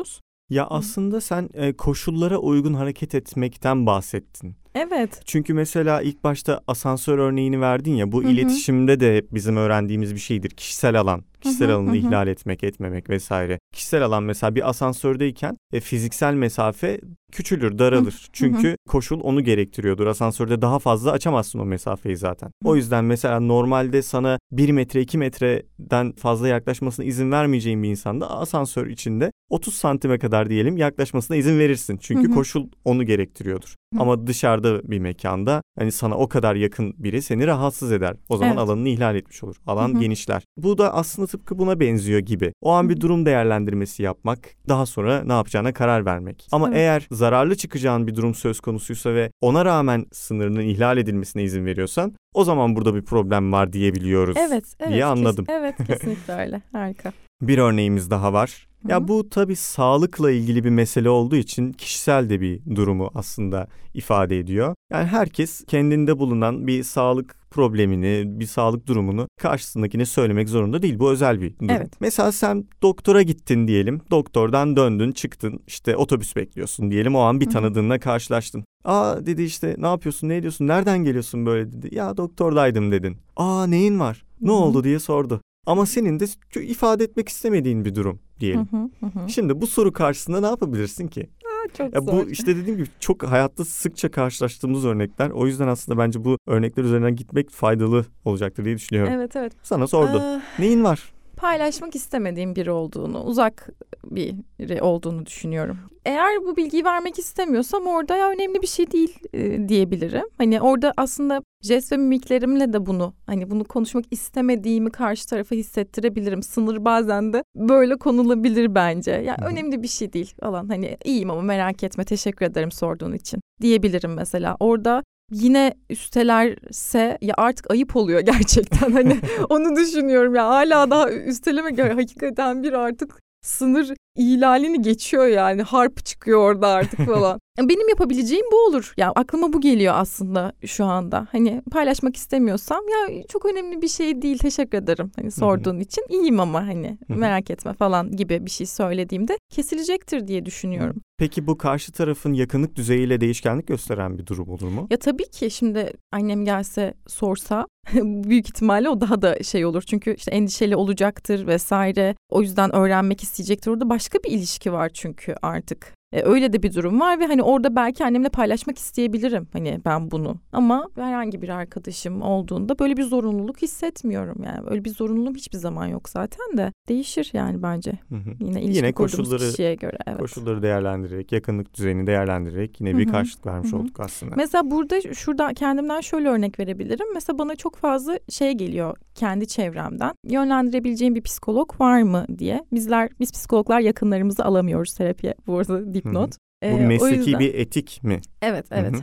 Ya aslında sen koşullara uygun hareket etmekten bahsettin. Evet. Çünkü mesela ilk başta asansör örneğini verdin ya, bu iletişimde de bizim öğrendiğimiz bir şeydir. Kişisel alan, kişisel alanı ihlal etmek, etmemek vesaire. Kişisel alan mesela bir asansördeyken fiziksel mesafe küçülür, daralır. Çünkü koşul onu gerektiriyordur. Asansörde daha fazla açamazsın o mesafeyi zaten. O yüzden mesela normalde sana 1 metre 2 metreden fazla yaklaşmasına izin vermeyeceğin bir insanda asansör içinde 30 santime kadar diyelim yaklaşmasına izin verirsin. Çünkü koşul onu gerektiriyordur. Ama dışarıda bir mekanda hani sana o kadar yakın biri seni rahatsız eder. O zaman alanını ihlal etmiş olur. Alan genişler. Bu da aslında tıpkı buna benziyor gibi. O an bir durum değerlendirmesi yapmak, daha sonra ne yapacağına karar vermek. Ama eğer zararlı çıkacağın bir durum söz konusuysa ve ona rağmen sınırının ihlal edilmesine izin veriyorsan, o zaman burada bir problem var diyebiliyoruz diye anladım. Evet, kesinlikle öyle. Harika. Bir örneğimiz daha var. Ya bu tabii sağlıkla ilgili bir mesele olduğu için kişisel de bir durumu aslında ifade ediyor. Yani herkes kendinde bulunan bir sağlık problemini, bir sağlık durumunu karşısındakine söylemek zorunda değil. Bu özel bir durum. Evet. Mesela sen doktora gittin diyelim. Doktordan döndün, çıktın. İşte otobüs bekliyorsun diyelim. O an bir tanıdığınla karşılaştın. Aa dedi, işte ne yapıyorsun, ne ediyorsun, nereden geliyorsun böyle dedi. Ya doktordaydım dedin. Aa neyin var, ne oldu diye sordu. Ama senin de ifade etmek istemediğin bir durum diyelim. Şimdi bu soru karşısında ne yapabilirsin ki? Çok ya zor. Bu işte dediğim gibi çok hayatta sıkça karşılaştığımız örnekler. O yüzden aslında bence bu örnekler üzerinden gitmek faydalı olacaktır diye düşünüyorum. Evet. Sana sordu. Neyin var? Paylaşmak istemediğim biri olduğunu, uzak biri olduğunu düşünüyorum. Eğer bu bilgiyi vermek istemiyorsam orada ya önemli bir şey değil diyebilirim. Hani orada aslında jest ve mimiklerimle de bunu konuşmak istemediğimi karşı tarafa hissettirebilirim. Sınır bazen de böyle konulabilir bence. Ya önemli bir şey değil falan. Hani iyiyim ama merak etme, teşekkür ederim sorduğun için diyebilirim mesela. Orada yine üstelerse ya artık ayıp oluyor gerçekten, hani onu düşünüyorum ya, hala daha üstelemek hakikaten bir artık sınır ihlalini geçiyor yani, harp çıkıyor orada artık falan. Benim yapabileceğim bu olur. Ya aklıma bu geliyor aslında şu anda. Hani paylaşmak istemiyorsam ya çok önemli bir şey değil, teşekkür ederim hani sorduğun için, iyiyim ama hani merak etme falan gibi bir şey söylediğimde kesilecektir diye düşünüyorum. Peki bu karşı tarafın yakınlık düzeyiyle değişkenlik gösteren bir durum olur mu? Ya tabii ki, şimdi annem gelse sorsa büyük ihtimalle o daha da şey olur. Çünkü işte endişeli olacaktır vesaire. O yüzden öğrenmek isteyecektir. Orada başka bir ilişki var çünkü artık. Öyle de bir durum var ve hani orada belki annemle paylaşmak isteyebilirim hani ben bunu. Ama herhangi bir arkadaşım olduğunda böyle bir zorunluluk hissetmiyorum yani. Öyle bir zorunluluğum hiçbir zaman yok zaten de. Değişir yani bence. Yine ilişki kurduğumuz kişiye göre. Evet. Koşulları değerlendirerek, yakınlık düzeyini değerlendirerek yine bir karşılık vermiş olduk aslında. Mesela şurada kendimden şöyle örnek verebilirim. Mesela bana çok fazla şey geliyor kendi çevremden. Yönlendirebileceğim bir psikolog var mı diye. Biz psikologlar yakınlarımızı alamıyoruz terapiye. Bu arada dipnot. Bu mesleki bir etik mi? Evet.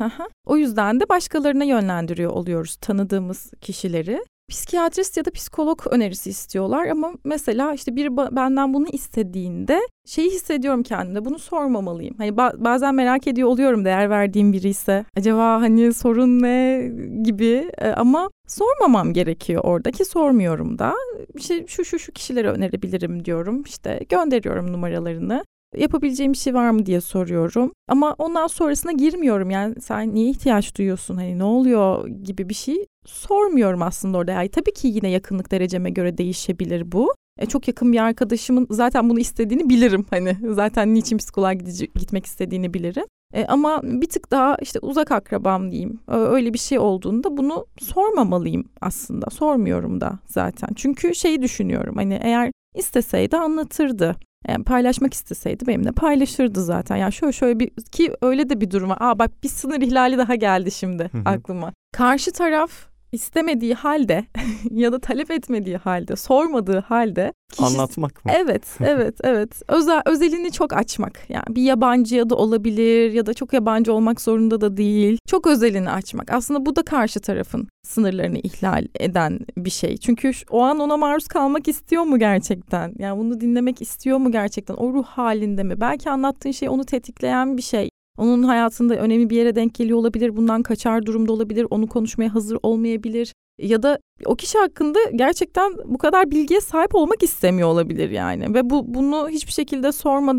O yüzden de başkalarına yönlendiriyor oluyoruz tanıdığımız kişileri. Psikiyatrist ya da psikolog önerisi istiyorlar ama mesela işte biri benden bunu istediğinde şeyi hissediyorum kendimde, bunu sormamalıyım. Hani bazen merak ediyor oluyorum, değer verdiğim biri ise acaba hani sorun ne gibi, ama sormamam gerekiyor orada ki sormuyorum da. İşte şu kişileri önerebilirim diyorum, işte gönderiyorum numaralarını. Yapabileceğim bir şey var mı diye soruyorum. Ama ondan sonrasına girmiyorum. Yani sen niye ihtiyaç duyuyorsun? Hani ne oluyor gibi bir şey sormuyorum aslında orada. Yani tabii ki yine yakınlık dereceme göre değişebilir bu. Çok yakın bir arkadaşımın zaten bunu istediğini bilirim. Hani zaten niçin psikoloğa gitmek istediğini bilirim. Ama bir tık daha işte uzak akrabam diyeyim. Öyle bir şey olduğunda bunu sormamalıyım aslında. Sormuyorum da zaten. Çünkü şeyi düşünüyorum. Hani eğer isteseydi anlatırdı. Yani paylaşmak isteseydi benimle paylaşırdı zaten. Yani şöyle bir ki öyle de bir durum var. Bak bir sınır ihlali daha geldi şimdi aklıma. Karşı taraf istemediği halde ya da talep etmediği halde, sormadığı halde anlatmak mı? Evet. Özelini çok açmak. Yani bir yabancıya da olabilir ya da çok yabancı olmak zorunda da değil. Çok özelini açmak. Aslında bu da karşı tarafın sınırlarını ihlal eden bir şey. Çünkü o an ona maruz kalmak istiyor mu gerçekten? Yani bunu dinlemek istiyor mu gerçekten? O ruh halinde mi? Belki anlattığın şey onu tetikleyen bir şey. Onun hayatında önemli bir yere denk geliyor olabilir. Bundan kaçar durumda olabilir. Onu konuşmaya hazır olmayabilir. Ya da o kişi hakkında gerçekten bu kadar bilgiye sahip olmak istemiyor olabilir yani. Ve bunu hiçbir şekilde sormadan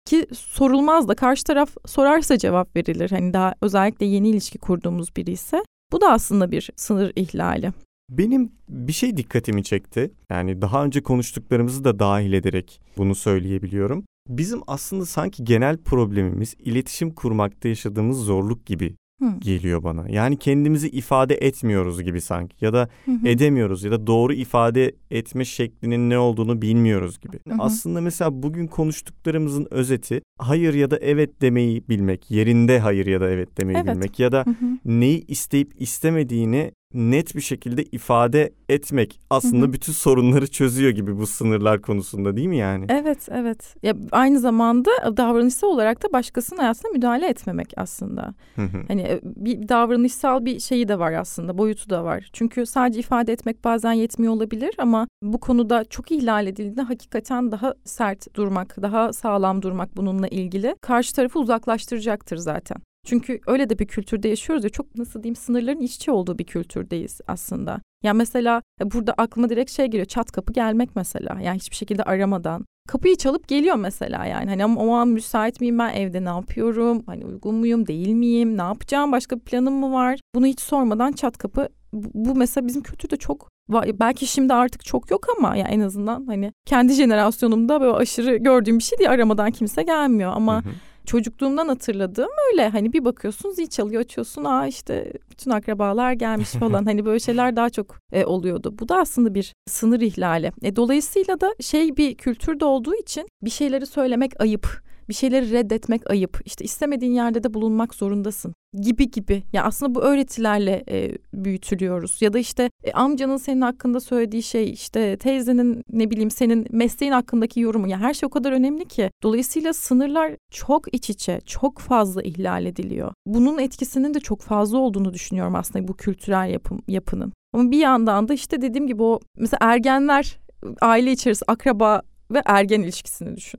ki sorulmaz da karşı taraf sorarsa cevap verilir. Hani daha özellikle yeni ilişki kurduğumuz biri ise bu da aslında bir sınır ihlali. Benim bir şey dikkatimi çekti. Yani daha önce konuştuklarımızı da dahil ederek bunu söyleyebiliyorum. Bizim aslında sanki genel problemimiz iletişim kurmakta yaşadığımız zorluk gibi geliyor bana. Yani kendimizi ifade etmiyoruz gibi sanki ya da edemiyoruz ya da doğru ifade etme şeklinin ne olduğunu bilmiyoruz gibi. Aslında mesela bugün konuştuklarımızın özeti hayır ya da evet demeyi bilmek, yerinde hayır ya da evet demeyi bilmek ya da neyi isteyip istemediğini net bir şekilde ifade etmek aslında bütün sorunları çözüyor gibi bu sınırlar konusunda, değil mi yani? Evet. Ya aynı zamanda davranışsal olarak da başkasının hayatına müdahale etmemek aslında. Hani bir davranışsal bir şeyi de var aslında, boyutu da var. Çünkü sadece ifade etmek bazen yetmiyor olabilir ama bu konuda çok ihlal edildiğinde hakikaten daha sert durmak, daha sağlam durmak bununla ilgili karşı tarafı uzaklaştıracaktır zaten. Çünkü öyle de bir kültürde yaşıyoruz ya, çok nasıl diyeyim, sınırların iç içe olduğu bir kültürdeyiz aslında. Ya mesela burada aklıma direkt şey geliyor, çat kapı gelmek mesela. Yani hiçbir şekilde aramadan. Kapıyı çalıp geliyor mesela yani. Hani ama o an müsait miyim ben, evde ne yapıyorum? Hani uygun muyum, değil miyim? Ne yapacağım? Başka bir planım mı var? Bunu hiç sormadan çat kapı. Bu mesela bizim kültürde çok var. Belki şimdi artık çok yok ama ya en azından hani kendi jenerasyonumda böyle aşırı gördüğüm bir şey değil. Aramadan kimse gelmiyor ama çocukluğumdan hatırladığım öyle, hani bir bakıyorsun zil çalıyor, açıyorsun, işte bütün akrabalar gelmiş falan, hani böyle şeyler daha çok oluyordu. Bu da aslında bir sınır ihlali. Dolayısıyla da bir kültürde olduğu için bir şeyleri söylemek ayıp, bir şeyleri reddetmek ayıp, işte istemediğin yerde de bulunmak zorundasın gibi. Ya aslında bu öğretilerle büyütülüyoruz. Ya da işte amcanın senin hakkında söylediği şey, işte teyzenin ne bileyim senin mesleğin hakkındaki yorumu. Ya her şey o kadar önemli ki. Dolayısıyla sınırlar çok iç içe, çok fazla ihlal ediliyor. Bunun etkisinin de çok fazla olduğunu düşünüyorum aslında bu kültürel yapının. Ama bir yandan da işte dediğim gibi o mesela ergenler, aile içerisinde akraba ve ergen ilişkisini düşün.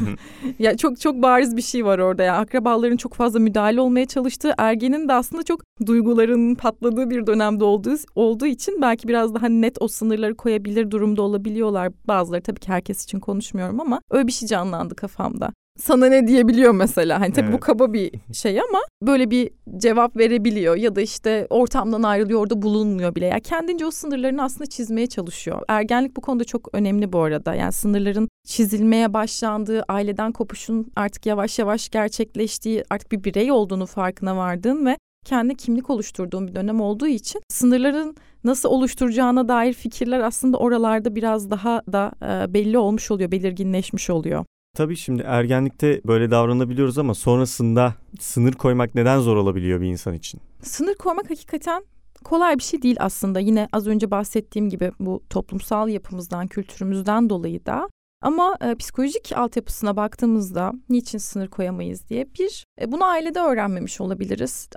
Ya çok çok bariz bir şey var orada ya. Akrabaların çok fazla müdahale olmaya çalıştığı, ergenin de aslında çok duygularının patladığı bir dönemde olduğu için belki biraz daha net o sınırları koyabilir durumda olabiliyorlar. Bazıları, tabii ki herkes için konuşmuyorum ama öyle bir şey canlandı kafamda. Sana ne diyebiliyor mesela? Hani tabii bu kaba bir şey ama böyle bir cevap verebiliyor ya da işte ortamdan ayrılıyor, orada bulunmuyor bile. Yani kendince o sınırlarını aslında çizmeye çalışıyor. Ergenlik bu konuda çok önemli bu arada. Yani sınırların çizilmeye başlandığı, aileden kopuşun artık yavaş yavaş gerçekleştiği, artık bir birey olduğunu farkına vardığın ve kendi kimlik oluşturduğun bir dönem olduğu için sınırların nasıl oluşturacağına dair fikirler aslında oralarda biraz daha da belli olmuş oluyor, belirginleşmiş oluyor. Tabii şimdi ergenlikte böyle davranabiliyoruz ama sonrasında sınır koymak neden zor olabiliyor bir insan için? Sınır koymak hakikaten kolay bir şey değil aslında. Yine az önce bahsettiğim gibi bu toplumsal yapımızdan, kültürümüzden dolayı da. Ama psikolojik altyapısına baktığımızda niçin sınır koyamayız diye bunu ailede öğrenmemiş olabiliriz.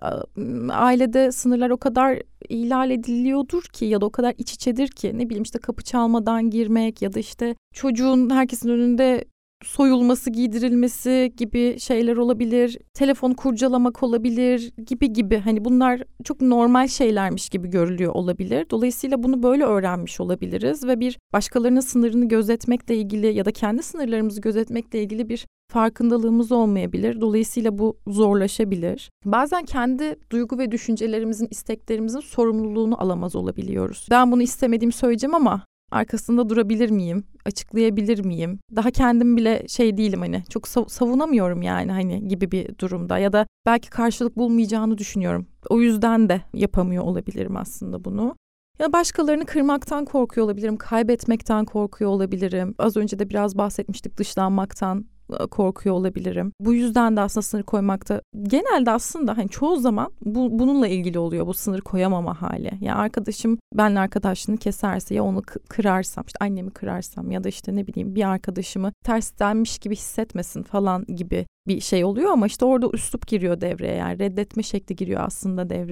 Ailede sınırlar o kadar ihlal ediliyordur ki ya da o kadar iç içedir ki, ne bileyim işte kapı çalmadan girmek ya da işte çocuğun herkesin önünde soyulması, giydirilmesi gibi şeyler olabilir. Telefonu kurcalamak olabilir gibi. Hani bunlar çok normal şeylermiş gibi görülüyor olabilir. Dolayısıyla bunu böyle öğrenmiş olabiliriz ve bir başkalarının sınırını gözetmekle ilgili ya da kendi sınırlarımızı gözetmekle ilgili bir farkındalığımız olmayabilir. Dolayısıyla bu zorlaşabilir. Bazen kendi duygu ve düşüncelerimizin, isteklerimizin sorumluluğunu alamaz olabiliyoruz. Ben bunu istemediğimi söyleyeceğim ama arkasında durabilir miyim? Açıklayabilir miyim? Daha kendim bile değilim, hani çok savunamıyorum yani hani gibi bir durumda ya da belki karşılık bulmayacağını düşünüyorum. O yüzden de yapamıyor olabilirim aslında bunu. Ya başkalarını kırmaktan korkuyor olabilirim, kaybetmekten korkuyor olabilirim. Az önce de biraz bahsetmiştik, dışlanmaktan korkuyor olabilirim. Bu yüzden de aslında sınır koymakta genelde aslında hani çoğu zaman bununla ilgili oluyor, bu sınır koyamama hali. Yani arkadaşım benimle arkadaşlığını keserse, ya onu kırarsam, işte annemi kırarsam ya da işte ne bileyim bir arkadaşımı terslenmiş gibi hissetmesin falan gibi bir şey oluyor ama işte orada üslup giriyor devreye, yani reddetme şekli giriyor aslında devreye.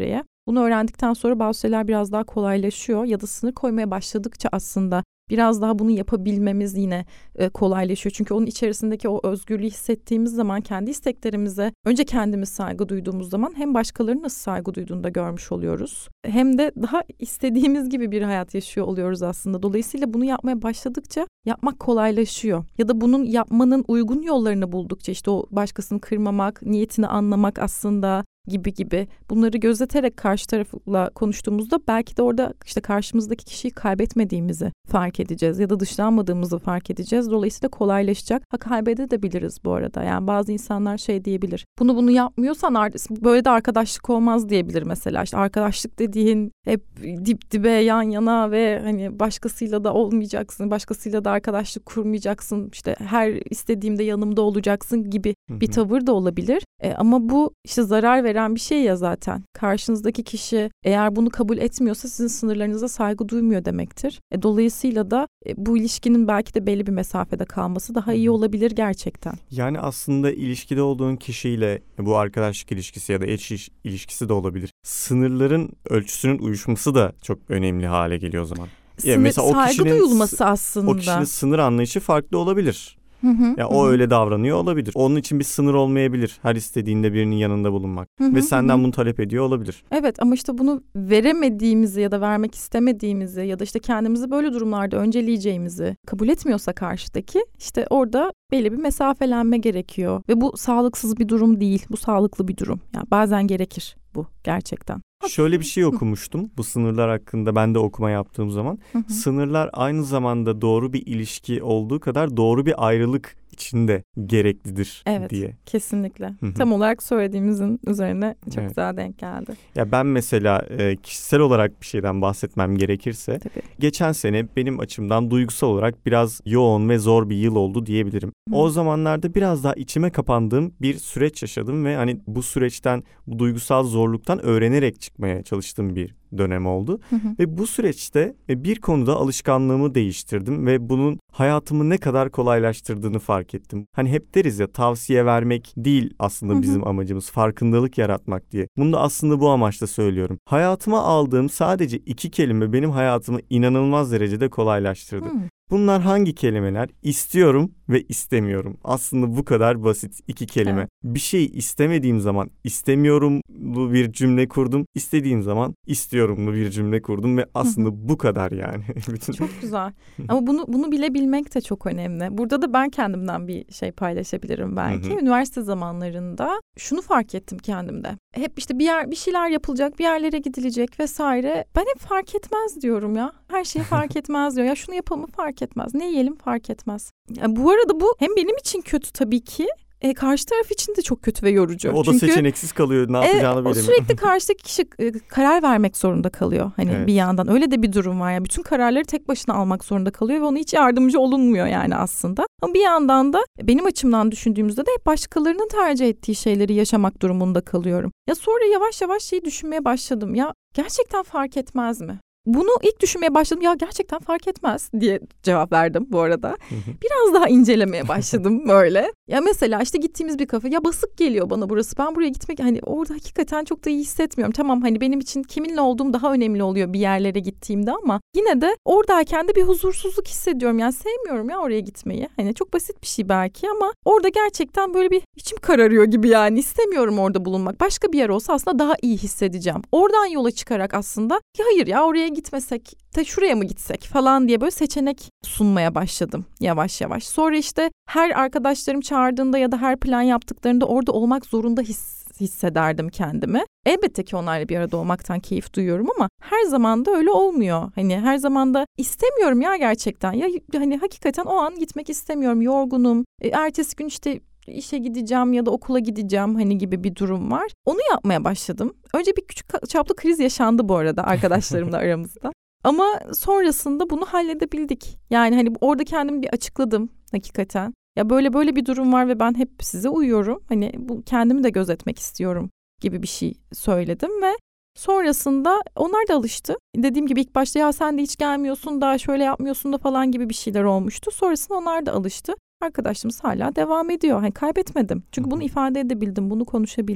Bunu öğrendikten sonra bazı şeyler biraz daha kolaylaşıyor ya da sınır koymaya başladıkça aslında biraz daha bunu yapabilmemiz yine kolaylaşıyor. Çünkü onun içerisindeki o özgürlüğü hissettiğimiz zaman kendi isteklerimize önce kendimiz saygı duyduğumuz zaman hem başkalarının nasıl saygı duyduğunu da görmüş oluyoruz. Hem de daha istediğimiz gibi bir hayat yaşıyor oluyoruz aslında. Dolayısıyla bunu yapmaya başladıkça yapmak kolaylaşıyor. Ya da bunun yapmanın uygun yollarını buldukça işte o başkasını kırmamak, niyetini anlamak aslında gibi bunları gözeterek karşı tarafla konuştuğumuzda belki de orada işte karşımızdaki kişiyi kaybetmediğimizi fark edeceğiz ya da dışlanmadığımızı fark edeceğiz. Dolayısıyla kolaylaşacak. Kaybedebiliriz bu arada. Yani bazı insanlar şey diyebilir. Bunu yapmıyorsan böyle de arkadaşlık olmaz diyebilir mesela. İşte arkadaşlık dediğin hep dip dibe yan yana ve hani başkasıyla da olmayacaksın. Başkasıyla da arkadaşlık kurmayacaksın. İşte her istediğimde yanımda olacaksın gibi bir tavır da olabilir. Ama bu işte zarar veren bir şey ya zaten. Karşınızdaki kişi eğer bunu kabul etmiyorsa sizin sınırlarınıza saygı duymuyor demektir. Dolayısıyla da bu ilişkinin belki de belli bir mesafede kalması daha iyi olabilir gerçekten. Yani aslında ilişkide olduğun kişiyle bu arkadaşlık ilişkisi ya da eş ilişkisi de olabilir. Sınırların ölçüsünün uyuşması da çok önemli hale geliyor o zaman. Mesela saygı duyulması aslında. O kişinin sınır anlayışı farklı olabilir. O öyle davranıyor olabilir. Onun için bir sınır olmayabilir. Her istediğinde birinin yanında bulunmak. Ve senden bunu talep ediyor olabilir. Evet ama işte bunu veremediğimizi ya da vermek istemediğimizi ya da işte kendimizi böyle durumlarda önceleyeceğimizi kabul etmiyorsa karşıdaki işte orada belli bir mesafelenme gerekiyor. Ve bu sağlıksız bir durum değil. Bu sağlıklı bir durum. Yani bazen gerekir bu gerçekten. Şöyle bir şey okumuştum bu sınırlar hakkında ben de okuma yaptığım zaman. Sınırlar aynı zamanda doğru bir ilişki olduğu kadar doğru bir ayrılık içinde gereklidir diye. Evet, kesinlikle. Tam olarak söylediğimizin üzerine çok güzel denk geldi. Ya ben mesela kişisel olarak bir şeyden bahsetmem gerekirse geçen sene benim açımdan duygusal olarak biraz yoğun ve zor bir yıl oldu diyebilirim. O zamanlarda biraz daha içime kapandığım bir süreç yaşadım ve hani bu süreçten, bu duygusal zorluktan öğrenerek çıkmaya çalıştığım bir dönem oldu. Ve bu süreçte bir konuda alışkanlığımı değiştirdim ve bunun hayatımı ne kadar kolaylaştırdığını fark ettim. Hani hep deriz ya tavsiye vermek değil aslında bizim amacımız, farkındalık yaratmak diye. Bunu da aslında bu amaçla söylüyorum. Hayatıma aldığım sadece 2 kelime benim hayatımı inanılmaz derecede kolaylaştırdı. Bunlar hangi kelimeler? İstiyorum ve istemiyorum. Aslında bu kadar basit 2 kelime. Evet. Bir şeyi istemediğim zaman istemiyorumlu bir cümle kurdum. İstediğim zaman istiyorumlu bir cümle kurdum ve aslında bu kadar yani. Çok güzel. Ama bunu bilebilmek de çok önemli. Burada da ben kendimden bir şey paylaşabilirim belki. Üniversite zamanlarında şunu fark ettim kendimde. Hep işte bir şeyler yapılacak, bir yerlere gidilecek vesaire. Ben hep fark etmez diyorum ya. Her şey fark etmez diyor. Ya şunu yapalım fark etmez. Ne yiyelim fark etmez. Yani bu arada bu hem benim için kötü tabii ki. Karşı taraf için de çok kötü ve yorucu. O da çünkü seçeneksiz kalıyor. Ne yapacağını bilemiyor. Sürekli karşıdaki kişi karar vermek zorunda kalıyor. Hani bir yandan öyle de bir durum var. Yani bütün kararları tek başına almak zorunda kalıyor ve ona hiç yardımcı olunmuyor yani aslında. Ama bir yandan da benim açımdan düşündüğümüzde de hep başkalarının tercih ettiği şeyleri yaşamak durumunda kalıyorum. Ya sonra yavaş yavaş şeyi düşünmeye başladım. Ya gerçekten fark etmez mi? Bunu ilk düşünmeye başladım. Ya gerçekten fark etmez diye cevap verdim bu arada. Biraz daha incelemeye başladım böyle. Ya mesela işte gittiğimiz bir kafe. Ya basık geliyor bana burası. Ben buraya gitmek hani orada hakikaten çok da iyi hissetmiyorum. Tamam hani benim için kiminle olduğum daha önemli oluyor bir yerlere gittiğimde ama yine de oradayken de bir huzursuzluk hissediyorum. Yani sevmiyorum ya oraya gitmeyi. Hani çok basit bir şey belki ama orada gerçekten böyle bir içim kararıyor gibi yani. İstemiyorum orada bulunmak. Başka bir yer olsa aslında daha iyi hissedeceğim. Oradan yola çıkarak aslında ya hayır ya oraya gitmesek de şuraya mı gitsek falan diye böyle seçenek sunmaya başladım yavaş yavaş. Sonra işte her arkadaşlarım çağırdığında ya da her plan yaptıklarında orada olmak zorunda hissederdim kendimi. Elbette ki onlarla bir arada olmaktan keyif duyuyorum ama her zaman da öyle olmuyor. Hani her zaman da istemiyorum ya gerçekten. Ya hani hakikaten o an gitmek istemiyorum. Yorgunum. Ertesi gün işte işe gideceğim ya da okula gideceğim hani gibi bir durum var. Onu yapmaya başladım. Önce bir küçük çaplı kriz yaşandı bu arada arkadaşlarımla aramızda. Ama sonrasında bunu halledebildik. Yani hani orada kendimi bir açıkladım hakikaten. Ya böyle bir durum var ve ben hep size uyuyorum. Hani bu kendimi de gözetmek istiyorum gibi bir şey söyledim ve sonrasında onlar da alıştı. Dediğim gibi ilk başta ya sen de hiç gelmiyorsun da şöyle yapmıyorsun da falan gibi bir şeyler olmuştu. Sonrasında onlar da alıştı. Arkadaşlığımız hala devam ediyor. Hani kaybetmedim. Çünkü bunu ifade edebildim, bunu konuşabildim.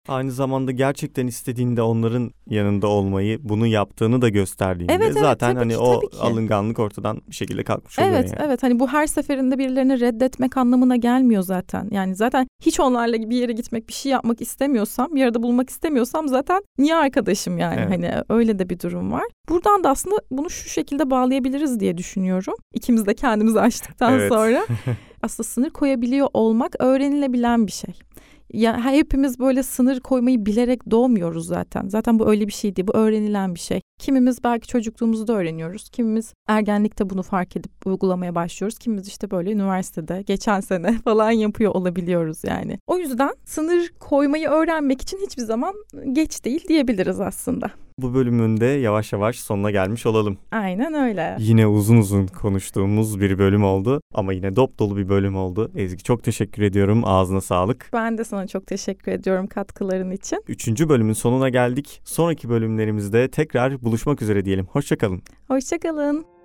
Aynı zamanda gerçekten istediğinde onların yanında olmayı, bunu yaptığını da gösterdiğinde Evet, zaten tabii hani ki, o tabii ki. alınganlık ortadan bir şekilde kalkmış oluyor Evet, yani. evet. Hani bu her seferinde birilerini reddetmek anlamına gelmiyor zaten. Yani zaten hiç onlarla bir yere gitmek, bir şey yapmak istemiyorsam, bir arada bulmak istemiyorsam zaten niye arkadaşım yani? Evet. Hani öyle de bir durum var. Buradan da aslında bunu şu şekilde bağlayabiliriz diye düşünüyorum. İkimiz de kendimizi açtıktan Evet. sonra aslında sınır koyabiliyor olmak öğrenilebilen bir şey. Ya hepimiz böyle sınır koymayı bilerek doğmuyoruz zaten. Zaten bu öyle bir şey değil. Bu öğrenilen bir şey. Kimimiz belki çocukluğumuzda öğreniyoruz. Kimimiz ergenlikte bunu fark edip uygulamaya başlıyoruz. Kimimiz işte böyle üniversitede geçen sene falan yapıyor olabiliyoruz yani. O yüzden sınır koymayı öğrenmek için hiçbir zaman geç değil diyebiliriz aslında. Bu bölümün de yavaş yavaş sonuna gelmiş olalım. Aynen öyle. Yine uzun uzun konuştuğumuz bir bölüm oldu ama yine dop dolu bir bölüm oldu. Ezgi çok teşekkür ediyorum. Ağzına sağlık. Ben de sana çok teşekkür ediyorum katkıların için. 3. bölümün sonuna geldik. Sonraki bölümlerimizde tekrar buluşmak üzere diyelim. Hoşça kalın. Hoşça kalın.